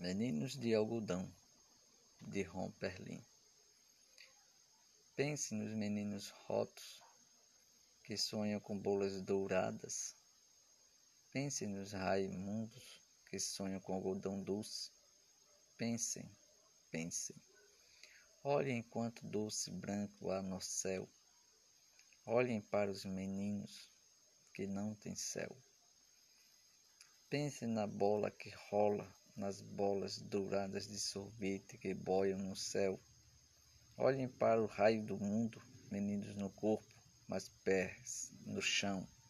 Meninos de algodão, de Ron Perlin. Pense nos meninos rotos que sonham com bolas douradas. Pense nos Raimundos que sonham com algodão doce. Pensem, pensem. Olhem quanto doce branco há no céu. Olhem para os meninos que não têm céu. Pensem na bola que rola, nas bolas douradas de sorvete que boiam no céu. Olhem para o raio do mundo, meninos no corpo, mas pés no chão.